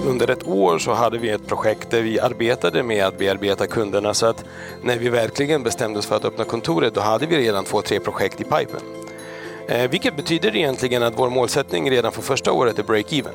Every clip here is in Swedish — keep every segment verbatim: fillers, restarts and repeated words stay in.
under ett år så hade vi ett projekt där vi arbetade med att bearbeta kunderna, så att när vi verkligen bestämde oss för att öppna kontoret, då hade vi redan två, tre projekt i pipen. Eh, vilket betyder egentligen att vår målsättning redan för första året är break-even.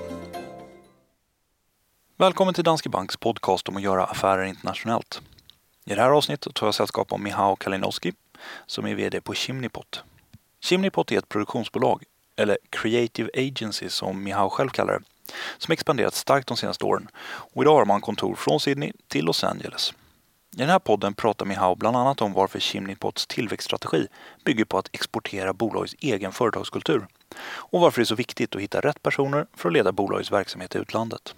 Välkommen till Danske Banks podcast om att göra affärer internationellt. I det här avsnittet tar jag sällskap om Michał Kalinowski som är vd på Chimneypot. Chimneypot är ett produktionsbolag, eller Creative Agency som Michał själv kallar det, som expanderat starkt de senaste åren, och idag har man kontor från Sydney till Los Angeles. I den här podden pratar Michał bland annat om varför Chimneypots tillväxtstrategi bygger på att exportera bolagets egen företagskultur och varför det är så viktigt att hitta rätt personer för att leda bolagets verksamhet i utlandet.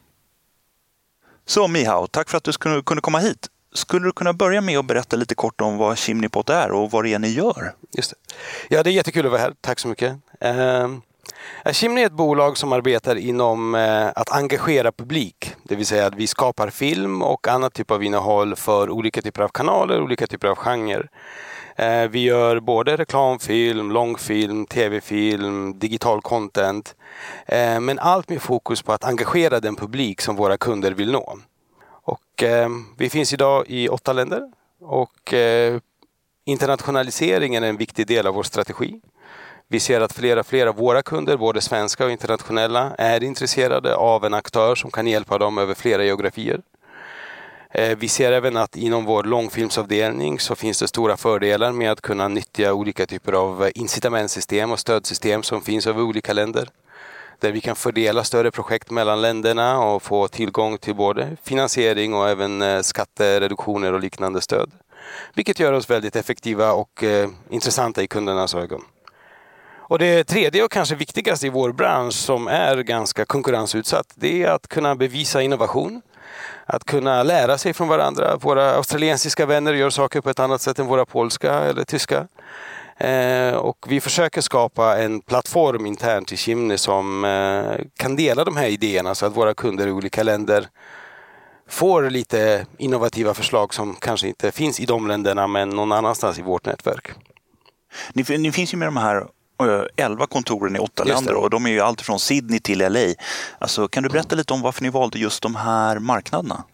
Så Michał, tack för att du kunde komma hit. Skulle du kunna börja med att berätta lite kort om vad Chimneypot är och vad det är ni gör? Just det. Ja, det är jättekul att vara här. Tack så mycket. Uh, Chimney är ett bolag som arbetar inom uh, att engagera publik. Det vill säga att vi skapar film och annat typ av innehåll för olika typer av kanaler, olika typer av genrer. Uh, vi gör både reklamfilm, långfilm, tv-film, digital content. Uh, men allt med fokus på att engagera den publik som våra kunder vill nå. Och, eh, vi finns idag i åtta länder och eh, internationaliseringen är en viktig del av vår strategi. Vi ser att flera, flera av våra kunder, både svenska och internationella, är intresserade av en aktör som kan hjälpa dem över flera geografier. Eh, vi ser även att inom vår långfilmsavdelning så finns det stora fördelar med att kunna nyttja olika typer av incitamentsystem och stödsystem som finns över olika länder. Där vi kan fördela större projekt mellan länderna och få tillgång till både finansiering och även skattereduktioner och liknande stöd. Vilket gör oss väldigt effektiva och eh, intressanta i kundernas ögon. Och det tredje och kanske viktigaste i vår bransch som är ganska konkurrensutsatt, det är att kunna bevisa innovation. Att kunna lära sig från varandra. Våra australiensiska vänner gör saker på ett annat sätt än våra polska eller tyska. Eh, och vi försöker skapa en plattform internt i Chimney som eh, kan dela de här idéerna så att våra kunder i olika länder får lite innovativa förslag som kanske inte finns i de länderna men någon annanstans i vårt nätverk. Ni, ni finns ju med de här elva kontoren i åtta länder och de är ju allt från Sydney till L A. Alltså, kan du berätta lite om varför ni valde just de här marknaderna?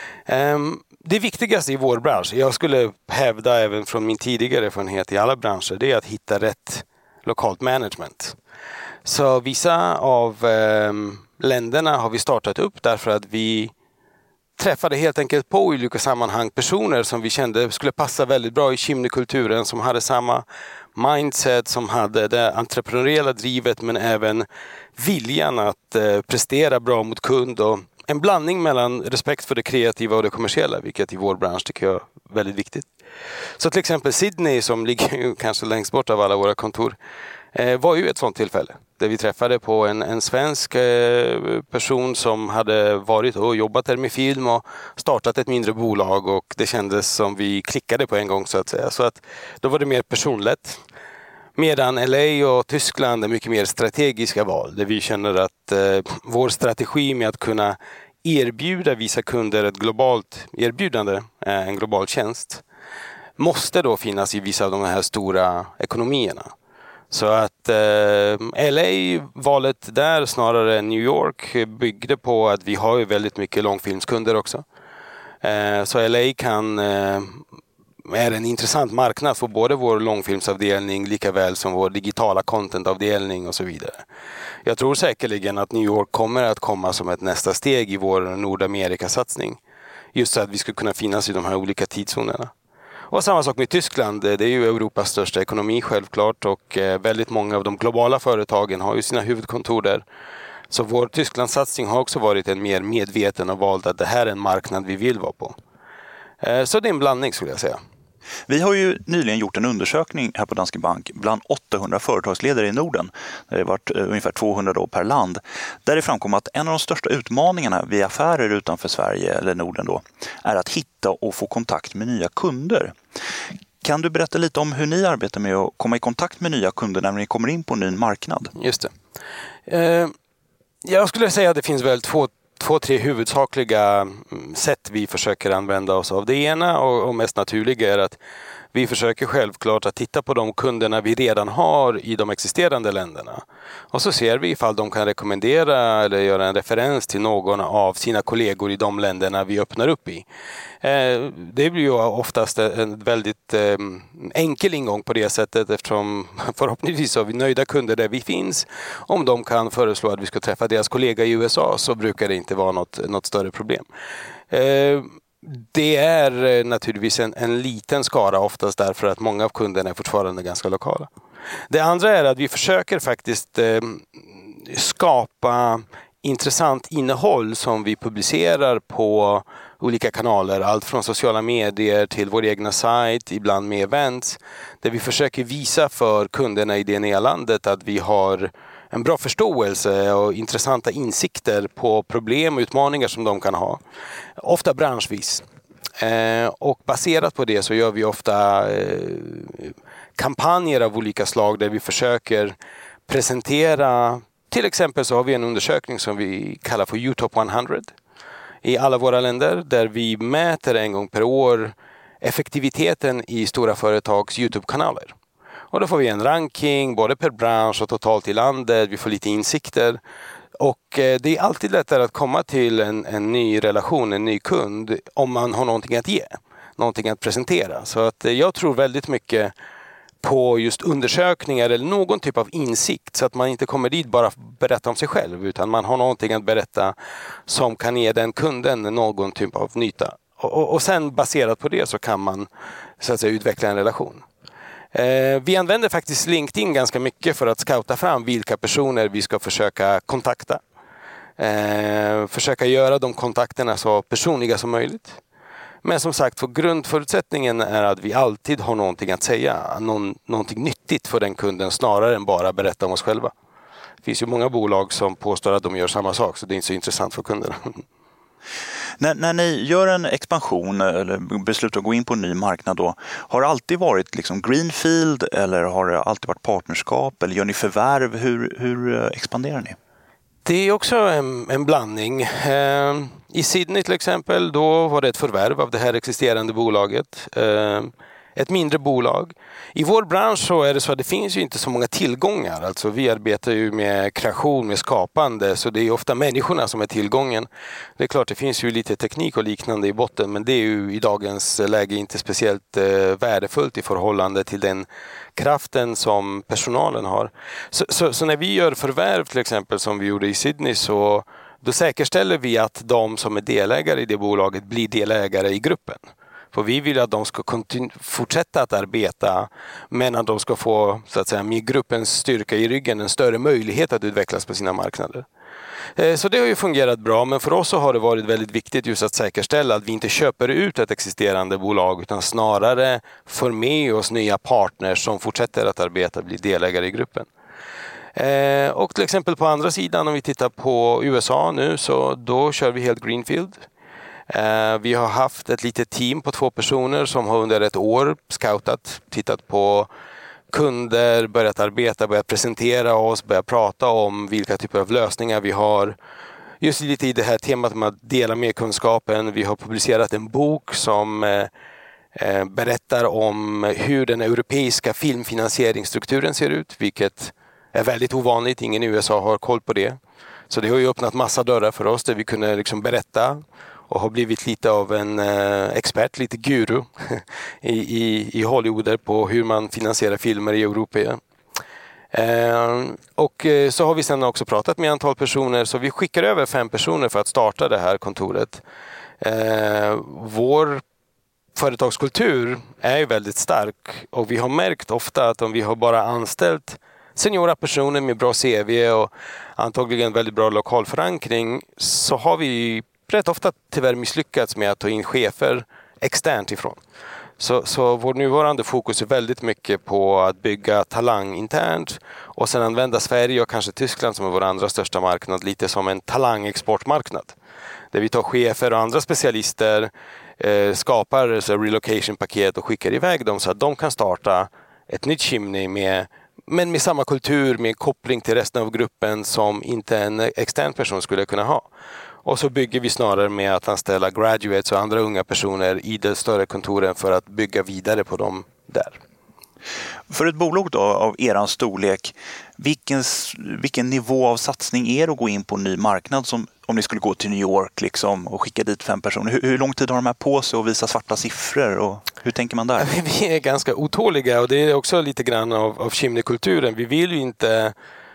Um, Det viktigaste i vår bransch, jag skulle hävda även från min tidigare erfarenhet i alla branscher, det är att hitta rätt lokalt management. Så vissa av eh, länderna har vi startat upp därför att vi träffade helt enkelt på i olika sammanhang personer som vi kände skulle passa väldigt bra i Chimney-kulturen, som hade samma mindset, som hade det entreprenöriella drivet men även viljan att eh, prestera bra mot kund och en blandning mellan respekt för det kreativa och det kommersiella, vilket i vår bransch tycker jag är väldigt viktigt. Så till exempel Sydney, som ligger ju kanske längst bort av alla våra kontor, eh, var ju ett sådant tillfälle. Där vi träffade på en, en svensk eh, person som hade varit och jobbat där med film och startat ett mindre bolag, och det kändes som vi klickade på en gång så att säga. Så att då var det mer personligt. Medan L A och Tyskland är mycket mer strategiska val, där vi känner att eh, vår strategi med att kunna erbjuda vissa kunder ett globalt erbjudande, eh, en global tjänst, måste då finnas i vissa av de här stora ekonomierna. Så att eh, L A-valet där snarare än New York byggde på att vi har ju väldigt mycket långfilmskunder också. Eh, så L A kan... Eh, är en intressant marknad för både vår långfilmsavdelning lika väl som vår digitala contentavdelning och så vidare. Jag tror säkerligen att New York kommer att komma som ett nästa steg i vår Nordamerika-satsning. Just så att vi ska kunna finnas i de här olika tidszonerna. Och samma sak med Tyskland, det är ju Europas största ekonomi självklart, och väldigt många av de globala företagen har ju sina huvudkontor där. Så vår Tysklandssatsning har också varit en mer medveten och valt att det här är en marknad vi vill vara på. Så det är en blandning skulle jag säga. Vi har ju nyligen gjort en undersökning här på Danske Bank bland åttahundra företagsledare i Norden. Det har varit ungefär tvåhundra då per land. Där det framkom att en av de största utmaningarna vid affärer utanför Sverige eller Norden då är att hitta och få kontakt med nya kunder. Kan du berätta lite om hur ni arbetar med att komma i kontakt med nya kunder när ni kommer in på en ny marknad? Just det. Eh, jag skulle säga att det finns väl två Två, tre huvudsakliga sätt vi försöker använda oss av. Det ena och, och mest naturliga är att Vi försöker självklart att titta på de kunderna vi redan har i de existerande länderna. Och så ser vi ifall de kan rekommendera eller göra en referens till någon av sina kollegor i de länderna vi öppnar upp i. Det blir ju oftast en väldigt enkel ingång på det sättet, eftersom förhoppningsvis har vi nöjda kunder där vi finns. Om de kan föreslå att vi ska träffa deras kollega i U S A så brukar det inte vara något, något större problem. Det är naturligtvis en, en liten skara oftast därför att många av kunderna är fortfarande ganska lokala. Det andra är att vi försöker faktiskt eh, skapa intressant innehåll som vi publicerar på olika kanaler. Allt från sociala medier till vår egna sajt, ibland med events. Där vi försöker visa för kunderna i det nya landet att vi har en bra förståelse och intressanta insikter på problem och utmaningar som de kan ha. Ofta branschvis. Eh, och baserat på det så gör vi ofta eh, kampanjer av olika slag där vi försöker presentera. Till exempel så har vi en undersökning som vi kallar för U Top hundra i alla våra länder där vi mäter en gång per år effektiviteten i stora företags YouTube-kanaler. Och då får vi en ranking både per bransch och totalt i landet. Vi får lite insikter. Och det är alltid lättare att komma till en, en ny relation, en ny kund om man har någonting att ge. Någonting att presentera. Så att jag tror väldigt mycket på just undersökningar eller någon typ av insikt. Så att man inte kommer dit bara för att berätta om sig själv. Utan man har någonting att berätta som kan ge den kunden någon typ av nytta. Och, och, och sen baserat på det så kan man så att säga utveckla en relation. Eh, vi använder faktiskt LinkedIn ganska mycket för att scouta fram vilka personer vi ska försöka kontakta. Eh, försöka göra de kontakterna så personliga som möjligt. Men som sagt, för grundförutsättningen är att vi alltid har någonting att säga. Någon, någonting nyttigt för den kunden snarare än bara berätta om oss själva. Det finns ju många bolag som påstår att de gör samma sak så det är inte så intressant för kunderna. När, när ni gör en expansion eller beslutar att gå in på en ny marknad då, har det alltid varit liksom greenfield eller har det alltid varit partnerskap eller gör ni förvärv? Hur, hur expanderar ni? Det är också en, en blandning. Eh, I Sydney till exempel, då var det ett förvärv av det här existerande bolaget. Eh, ett mindre bolag. I vår bransch så är det så att det finns ju inte så många tillgångar. Alltså vi arbetar ju med kreation, med skapande, så det är ofta människorna som är tillgången. Det är klart det finns ju lite teknik och liknande i botten, men det är ju i dagens läge inte speciellt eh, värdefullt i förhållande till den kraften som personalen har. Så, så, så när vi gör förvärv till exempel som vi gjorde i Sydney så då säkerställer vi att de som är delägare i det bolaget blir delägare i gruppen. För vi vill att de ska kontinu- fortsätta att arbeta men att de ska få så att säga, med gruppens styrka i ryggen en större möjlighet att utvecklas på sina marknader. Så det har ju fungerat bra, men för oss så har det varit väldigt viktigt just att säkerställa att vi inte köper ut ett existerande bolag utan snarare får med oss nya partners som fortsätter att arbeta och bli delägare i gruppen. Och till exempel på andra sidan om vi tittar på U S A nu så då kör vi helt greenfield. Uh, vi har haft ett litet team på två personer som har under ett år scoutat, tittat på kunder, börjat arbeta, börjat presentera oss, börjat prata om vilka typer av lösningar vi har. Just lite i det här temat med att dela med kunskapen. Vi har publicerat en bok som uh, uh, berättar om hur den europeiska filmfinansieringsstrukturen ser ut, vilket är väldigt ovanligt. Ingen i U S A har koll på det. Så det har ju öppnat massa dörrar för oss där vi kunde liksom berätta och har blivit lite av en eh, expert, lite guru i, i, i Hollywood på hur man finansierar filmer i Europa. Eh, och eh, så har vi sedan också pratat med antal personer så vi skickar över fem personer för att starta det här kontoret. Eh, vår företagskultur är ju väldigt stark och vi har märkt ofta att om vi har bara anställt seniora personer med bra C V och antagligen väldigt bra lokal förankring så har vi rätt ofta tyvärr misslyckats med att ta in chefer externt ifrån. Så, så vår nuvarande fokus är väldigt mycket på att bygga talang internt och sen använda Sverige och kanske Tyskland som är vår andra största marknad lite som en talangexportmarknad. Där vi tar chefer och andra specialister, eh, skapar så relocation-paket och skickar iväg dem så att de kan starta ett nytt Chimney med men med samma kultur, med koppling till resten av gruppen som inte en extern person skulle kunna ha. Och så bygger vi snarare med att anställa graduates och andra unga personer i de större kontoren för att bygga vidare på de där. För ett bolag då, av eran storlek, vilken, vilken nivå av satsning är det att gå in på en ny marknad, som om ni skulle gå till New York liksom, och skicka dit fem personer? Hur, hur lång tid har de här på sig att visa svarta siffror, och hur tänker man där? Vi är ganska otåliga, och det är också lite grann av, av Chimney-kulturen. Vi vill ju inte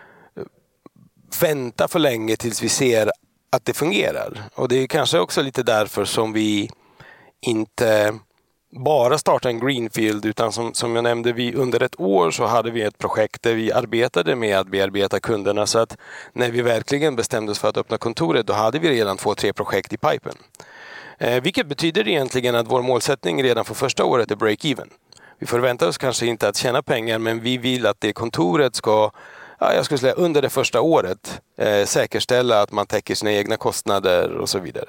vänta för länge tills vi ser att det fungerar. Och det är kanske också lite därför som vi inte bara starta en greenfield, utan som, som jag nämnde, vi, under ett år så hade vi ett projekt där vi arbetade med att bearbeta kunderna, så att när vi verkligen bestämde oss för att öppna kontoret, då hade vi redan två, tre projekt i pipen. Eh, vilket betyder egentligen att vår målsättning redan för första året är break-even. Vi förväntar oss kanske inte att tjäna pengar, men vi vill att det kontoret ska, ja, jag skulle säga under det första året, eh, säkerställa att man täcker sina egna kostnader och så vidare.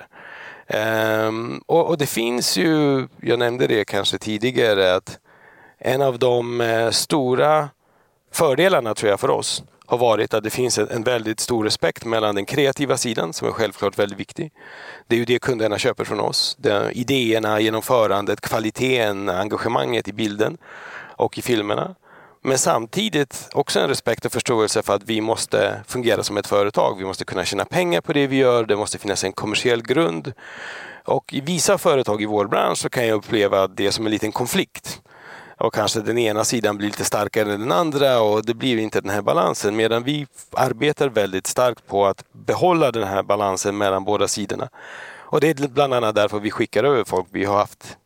Um, och, och det finns ju, jag nämnde det kanske tidigare, att en av de uh, stora fördelarna tror jag för oss har varit att det finns en, en väldigt stor respekt mellan den kreativa sidan, som är självklart väldigt viktig. Det är ju det kunderna köper från oss. Det, idéerna, genomförandet, kvaliteten, engagemanget i bilden och i filmerna. Men samtidigt också en respekt och förståelse för att vi måste fungera som ett företag. Vi måste kunna tjäna pengar på det vi gör. Det måste finnas en kommersiell grund. Och i vissa företag i vår bransch så kan jag uppleva det som en liten konflikt. Och kanske den ena sidan blir lite starkare än den andra, och det blir inte den här balansen. Medan vi arbetar väldigt starkt på att behålla den här balansen mellan båda sidorna. Och det är bland annat därför vi skickar över folk. Vi har haft...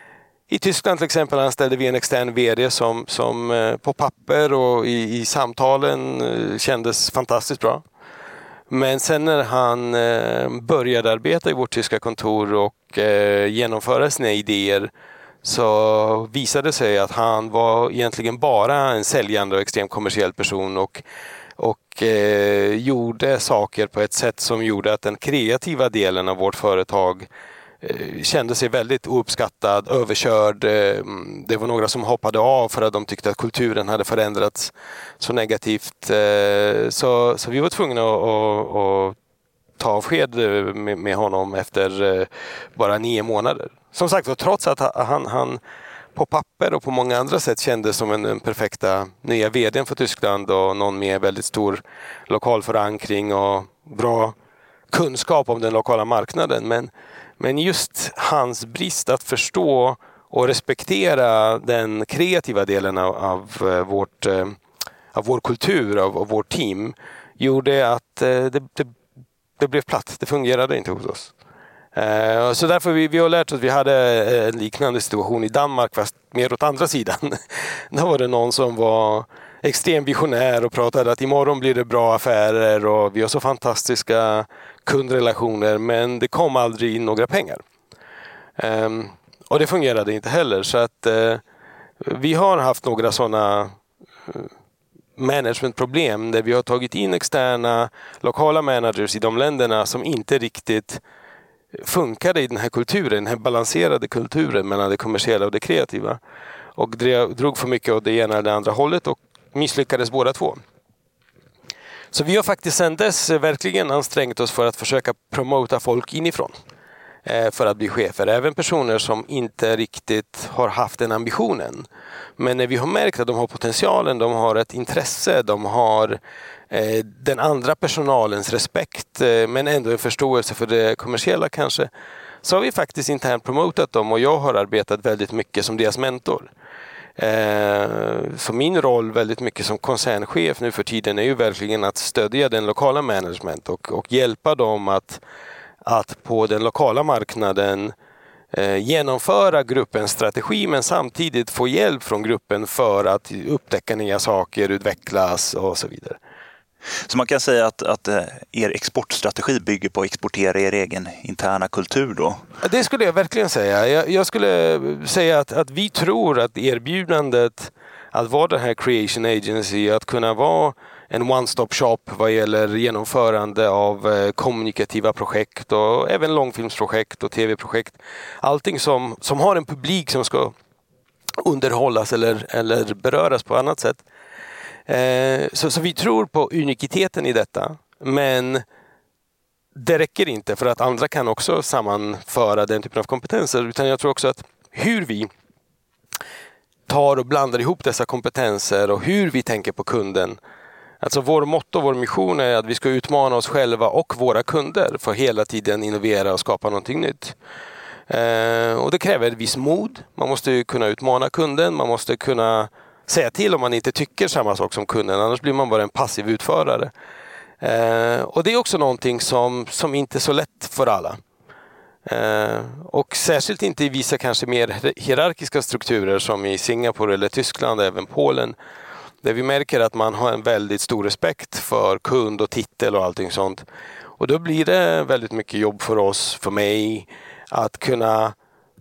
I Tyskland till exempel anställde vi en extern vd som, som eh, på papper och i, i samtalen eh, kändes fantastiskt bra. Men sen när han eh, började arbeta i vårt tyska kontor och eh, genomföra sina idéer, så visade det sig att han var egentligen bara en säljande och extremt kommersiell person, och, och eh, gjorde saker på ett sätt som gjorde att den kreativa delen av vårt företag kände sig väldigt ouppskattad, överkörd. Det var några som hoppade av för att de tyckte att kulturen hade förändrats så negativt. Så, så vi var tvungna att, att, att ta avsked med, med honom efter bara nio månader. Som sagt, trots att han, han på papper och på många andra sätt kändes som en, en perfekta nya vdn för Tyskland, och någon med väldigt stor lokal förankring och bra kunskap om den lokala marknaden. Men Men just hans brist att förstå och respektera den kreativa delen av, av, vårt, av vår kultur, av, av vårt team, gjorde att det, det, det blev platt. Det fungerade inte hos oss. Så därför vi, vi har lärt oss att vi hade en liknande situation i Danmark, fast mer åt andra sidan. Där var det någon som var extremt visionär och pratade att imorgon blir det bra affärer och vi har så fantastiska kundrelationer, men det kom aldrig in några pengar. Um, och det fungerade inte heller, så att uh, vi har haft några sådana uh, managementproblem där vi har tagit in externa lokala managers i de länderna som inte riktigt funkade i den här kulturen, den här balanserade kulturen mellan det kommersiella och det kreativa, och drog för mycket åt det ena eller det andra hållet och misslyckades båda två. Så vi har faktiskt sedan dess verkligen ansträngt oss för att försöka promota folk inifrån eh, för att bli chefer. Även personer som inte riktigt har haft den ambitionen. Men när vi har märkt att de har potentialen, de har ett intresse, de har eh, den andra personalens respekt, eh, men ändå en förståelse för det kommersiella kanske, så har vi faktiskt internt promotat dem, och jag har arbetat väldigt mycket som deras mentor. Så min roll väldigt mycket som koncernchef nu för tiden är ju verkligen att stödja den lokala management och, och hjälpa dem att, att på den lokala marknaden eh, genomföra gruppens strategi, men samtidigt få hjälp från gruppen för att upptäcka nya saker, utvecklas och så vidare. Så man kan säga att, att er exportstrategi bygger på att exportera er egen interna kultur då? Det skulle jag verkligen säga. Jag, jag skulle säga att, att vi tror att erbjudandet att vara den här creation agency, att kunna vara en one-stop shop vad gäller genomförande av kommunikativa projekt och även långfilmsprojekt och tv-projekt. Allting som, som har en publik som ska underhållas eller, eller beröras på annat sätt. Så, så vi tror på unikiteten i detta, men det räcker inte, för att andra kan också sammanföra den typen av kompetenser, utan jag tror också att hur vi tar och blandar ihop dessa kompetenser och hur vi tänker på kunden. Alltså vår motto, vår mission är att vi ska utmana oss själva och våra kunder för hela tiden innovera och skapa någonting nytt. Eh, och det kräver ett visst mod. Man måste kunna utmana kunden, man måste kunna säga till om man inte tycker samma sak som kunden, annars blir man bara en passiv utförare. Eh, och det är också någonting som, som inte är så lätt för alla. Eh, och särskilt inte i vissa kanske mer hierarkiska strukturer som i Singapore eller Tyskland, även Polen, där vi märker att man har en väldigt stor respekt för kund och titel och allting sånt. Och då blir det väldigt mycket jobb för oss, för mig, att kunna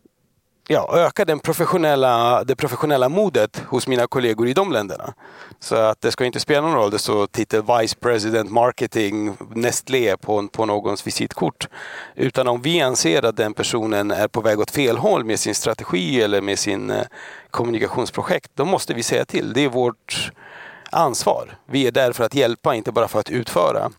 ja, öka den professionella, det professionella modet hos mina kollegor i de länderna. Så att det ska inte spela någon roll, det står titel Vice President Marketing Nestlé på, på någons visitkort. Utan om vi anser att den personen är på väg åt fel håll med sin strategi eller med sin eh, kommunikationsprojekt, då måste vi säga till. Det är vårt ansvar. Vi är där för att hjälpa, inte bara för att utföra.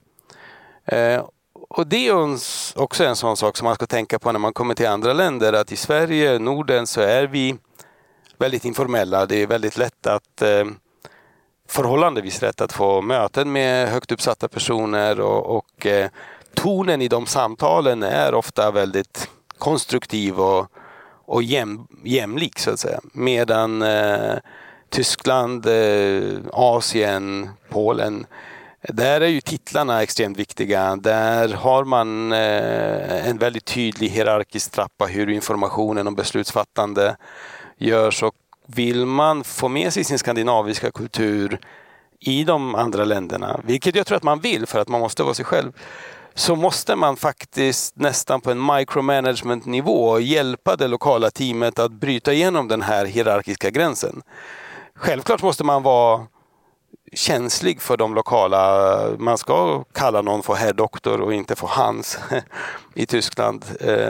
Eh, Och det är också en sån sak som man ska tänka på när man kommer till andra länder. Att i Sverige, Norden, så är vi väldigt informella. Det är väldigt lätt att, eh, förhållandevis lätt att få möten med högt uppsatta personer. Och, och eh, tonen i de samtalen är ofta väldigt konstruktiv och, och jäm, jämlik så att säga. Medan eh, Tyskland, eh, Asien, Polen, där är ju titlarna extremt viktiga. Där har man eh, en väldigt tydlig hierarkisk trappa hur informationen om beslutsfattande görs. Och vill man få med sig sin skandinaviska kultur i de andra länderna, vilket jag tror att man vill för att man måste vara sig själv, så måste man faktiskt nästan på en micromanagement-nivå hjälpa det lokala teamet att bryta igenom den här hierarkiska gränsen. Självklart måste man vara känslig för de lokala. Man ska kalla någon för herr doktor och inte för Hans i Tyskland.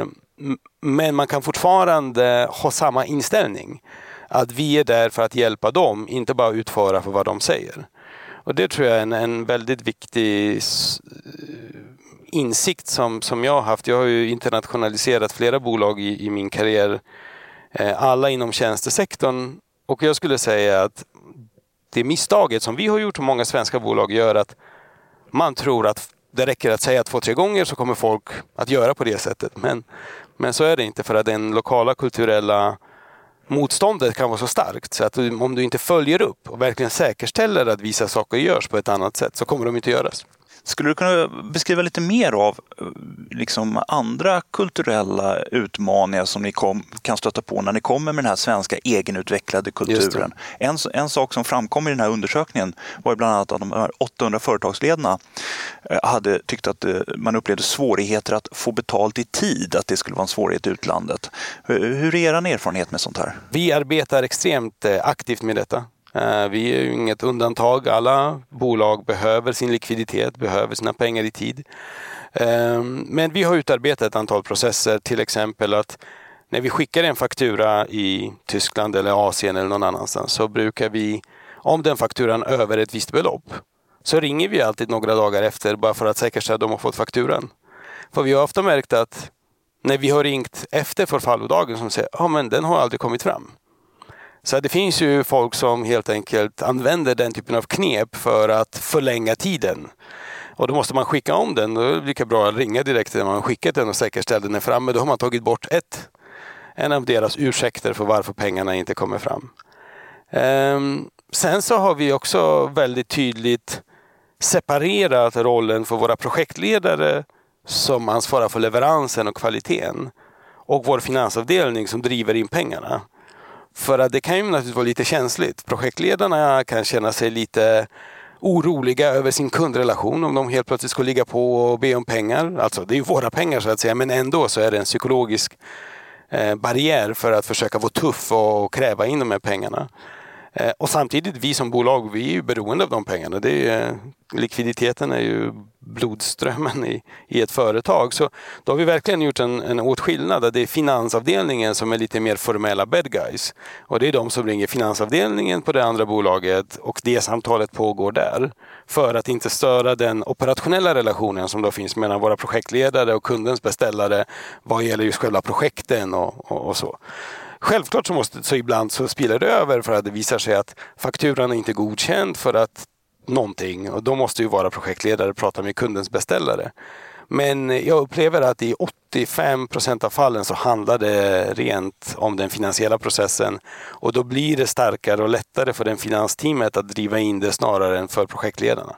Men man kan fortfarande ha samma inställning. Att vi är där för att hjälpa dem, inte bara utföra för vad de säger. Och det tror jag är en, en väldigt viktig insikt som, som jag har haft. Jag har ju internationaliserat flera bolag i, i min karriär. Alla inom tjänstesektorn. Och jag skulle säga att det misstaget som vi har gjort och många svenska bolag gör, att man tror att det räcker att säga två, tre gånger så kommer folk att göra på det sättet. Men, men så är det inte, för att den lokala kulturella motståndet kan vara så starkt. Så att om du inte följer upp och verkligen säkerställer att vissa saker görs på ett annat sätt, så kommer de inte göras. Skulle du kunna beskriva lite mer av liksom andra kulturella utmaningar som ni kom, kan stöta på när ni kommer med den här svenska egenutvecklade kulturen? En, en sak som framkom i den här undersökningen var bland annat att de här åttahundra företagsledarna hade tyckt att man upplevde svårigheter att få betalt i tid, att det skulle vara en svårighet i utlandet. Hur är er erfarenhet med sånt här? Vi arbetar extremt aktivt med detta. Vi är ju inget undantag. Alla bolag behöver sin likviditet, behöver sina pengar i tid. Men vi har utarbetat ett antal processer, till exempel att när vi skickar en faktura i Tyskland eller Asien eller någon annanstans, så brukar vi, om den fakturan över ett visst belopp, så ringer vi alltid några dagar efter bara för att säkerställa att de har fått fakturan. För vi har ofta märkt att när vi har ringt efter förfallodagen som säger ja, men den har aldrig kommit fram. Så det finns ju folk som helt enkelt använder den typen av knep för att förlänga tiden. Och då måste man skicka om den. Då är det lika bra att ringa direkt när man har skickat den och säkerställa den är framme. Då har man tagit bort ett, en av deras ursäkter för varför pengarna inte kommer fram. Ehm, sen så har vi också väldigt tydligt separerat rollen för våra projektledare som ansvarar för leveransen och kvaliteten, och vår finansavdelning som driver in pengarna. För att det kan ju naturligtvis vara lite känsligt. Projektledarna kan känna sig lite oroliga över sin kundrelation om de helt plötsligt ska ligga på och be om pengar. Alltså det är ju våra pengar så att säga, men ändå så är det en psykologisk eh, barriär för att försöka vara tuff och kräva in de här pengarna. Eh, och samtidigt, vi som bolag, vi är ju beroende av de pengarna. Det är, likviditeten är ju blodströmmen i, i ett företag. Så då har vi verkligen gjort en, en åtskillnad. Det är finansavdelningen som är lite mer formella bad guys. Och det är de som ringer finansavdelningen på det andra bolaget, och det samtalet pågår där. För att inte störa den operationella relationen som då finns mellan våra projektledare och kundens beställare vad gäller just själva projekten och, och, och så. Självklart så, måste, så ibland så spiller det över för att det visar sig att fakturan är inte godkänd för att någonting, och då måste ju vara projektledare prata med kundens beställare. Men jag upplever att i åttiofem procent av fallen så handlar det rent om den finansiella processen, och då blir det starkare och lättare för den finansteamet att driva in det snarare än för projektledarna.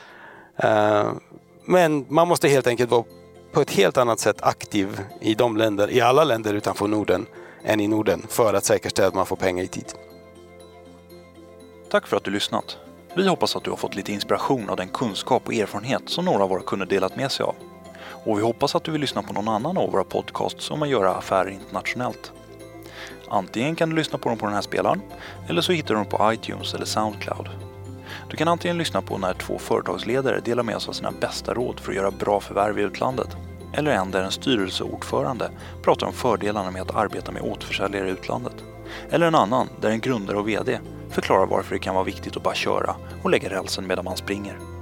Men man måste helt enkelt vara på ett helt annat sätt aktiv i de länder, i alla länder utanför Norden än i Norden, för att säkerställa att man får pengar i tid. Tack för att du lyssnat. Vi hoppas att du har fått lite inspiration av den kunskap och erfarenhet som några av våra kunder delat med sig av. Och vi hoppas att du vill lyssna på någon annan av våra podcasts om att göra affärer internationellt. Antingen kan du lyssna på dem på den här spelaren, eller så hittar du dem på iTunes eller Soundcloud. Du kan antingen lyssna på när två företagsledare delar med sig av sina bästa råd för att göra bra förvärv i utlandet, eller en där en styrelseordförande pratar om fördelarna med att arbeta med återförsäljare i utlandet, eller en annan där en grundare och vd förklarar varför det kan vara viktigt att bara köra och lägga rälsen medan man springer.